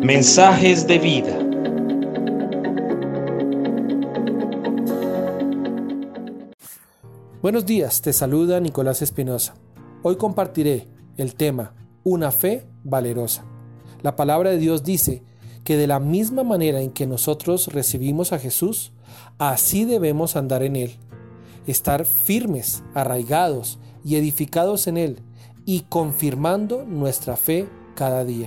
Mensajes de vida. Buenos días, te saluda Nicolás Espinosa. Hoy compartiré el tema Una fe valerosa. La palabra de Dios dice que de la misma manera en que nosotros recibimos a Jesús, así debemos andar en Él. Estar firmes, arraigados y edificados en Él y confirmando nuestra fe cada día.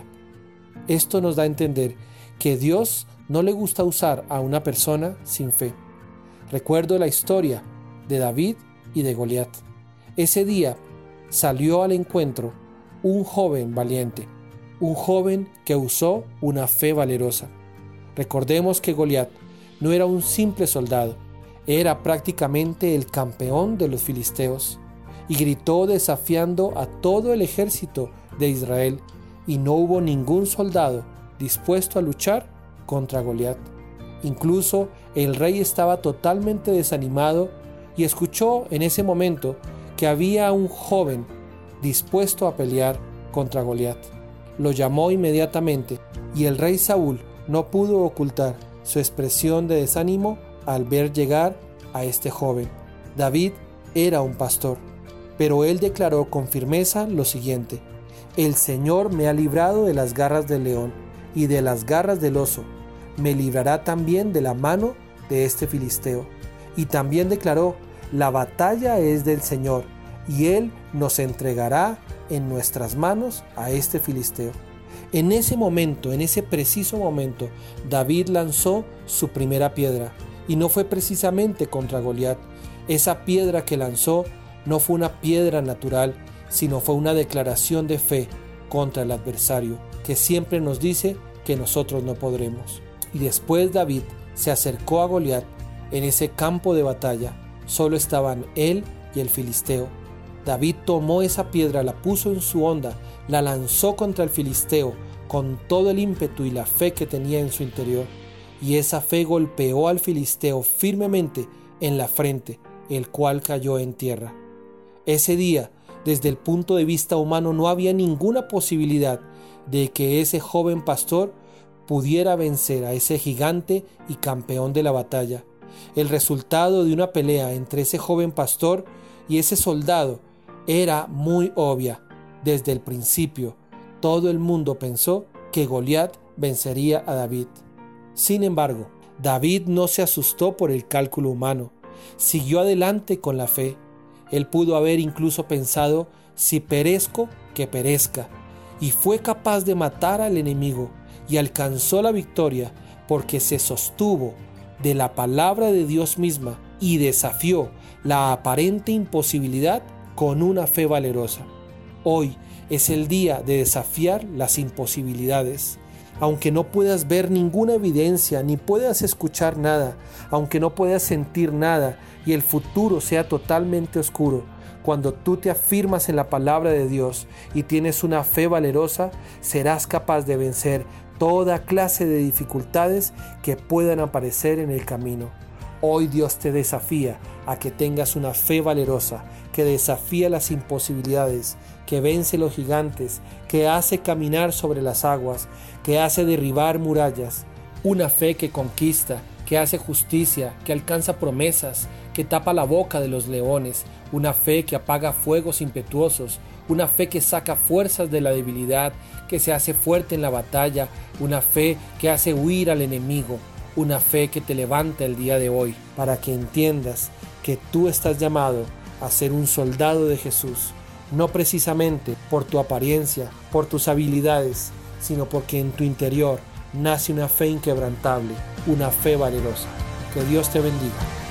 Esto nos da a entender que Dios no le gusta usar a una persona sin fe. Recuerdo la historia de David y de Goliat. Ese día salió al encuentro un joven valiente, un joven que usó una fe valerosa. Recordemos que Goliat no era un simple soldado, era prácticamente el campeón de los filisteos y gritó desafiando a todo el ejército de Israel, y no hubo ningún soldado dispuesto a luchar contra Goliat. Incluso el rey estaba totalmente desanimado y escuchó en ese momento que había un joven dispuesto a pelear contra Goliat. Lo llamó inmediatamente y el rey Saúl no pudo ocultar su expresión de desánimo al ver llegar a este joven. David era un pastor, pero él declaró con firmeza lo siguiente: el Señor me ha librado de las garras del león y de las garras del oso, me librará también de la mano de este filisteo. Y también declaró: la batalla es del Señor, y Él nos entregará en nuestras manos a este filisteo. En ese momento, en ese preciso momento, David lanzó su primera piedra, y no fue precisamente contra Goliat. Esa piedra que lanzó no fue una piedra natural, sino fue una declaración de fe contra el adversario, que siempre nos dice que nosotros no podremos. Y después David se acercó a Goliat. En ese campo de batalla solo estaban él y el filisteo. David tomó esa piedra, la puso en su honda, la lanzó contra el filisteo con todo el ímpetu y la fe que tenía en su interior. Y esa fe golpeó al filisteo firmemente en la frente, el cual cayó en tierra. Ese día, desde el punto de vista humano, no había ninguna posibilidad de que ese joven pastor pudiera vencer a ese gigante y campeón de la batalla. El resultado de una pelea entre ese joven pastor y ese soldado era muy obvia. Desde el principio, todo el mundo pensó que Goliat vencería a David. Sin embargo, David no se asustó por el cálculo humano. Siguió adelante con la fe. Él pudo haber incluso pensado: si perezco, que perezca. Y fue capaz de matar al enemigo y alcanzó la victoria porque se sostuvo de la palabra de Dios misma y desafió la aparente imposibilidad con una fe valerosa. Hoy es el día de desafiar las imposibilidades. Aunque no puedas ver ninguna evidencia, ni puedas escuchar nada, aunque no puedas sentir nada y el futuro sea totalmente oscuro, cuando tú te afirmas en la palabra de Dios y tienes una fe valerosa, serás capaz de vencer toda clase de dificultades que puedan aparecer en el camino. Hoy Dios te desafía a que tengas una fe valerosa, que desafía las imposibilidades, que vence los gigantes, que hace caminar sobre las aguas, que hace derribar murallas. Una fe que conquista, que hace justicia, que alcanza promesas, que tapa la boca de los leones. Una fe que apaga fuegos impetuosos. Una fe que saca fuerzas de la debilidad, que se hace fuerte en la batalla. Una fe que hace huir al enemigo. Una fe que te levanta el día de hoy, para que entiendas que tú estás llamado a ser un soldado de Jesús, no precisamente por tu apariencia, por tus habilidades, sino porque en tu interior nace una fe inquebrantable, una fe valerosa. Que Dios te bendiga.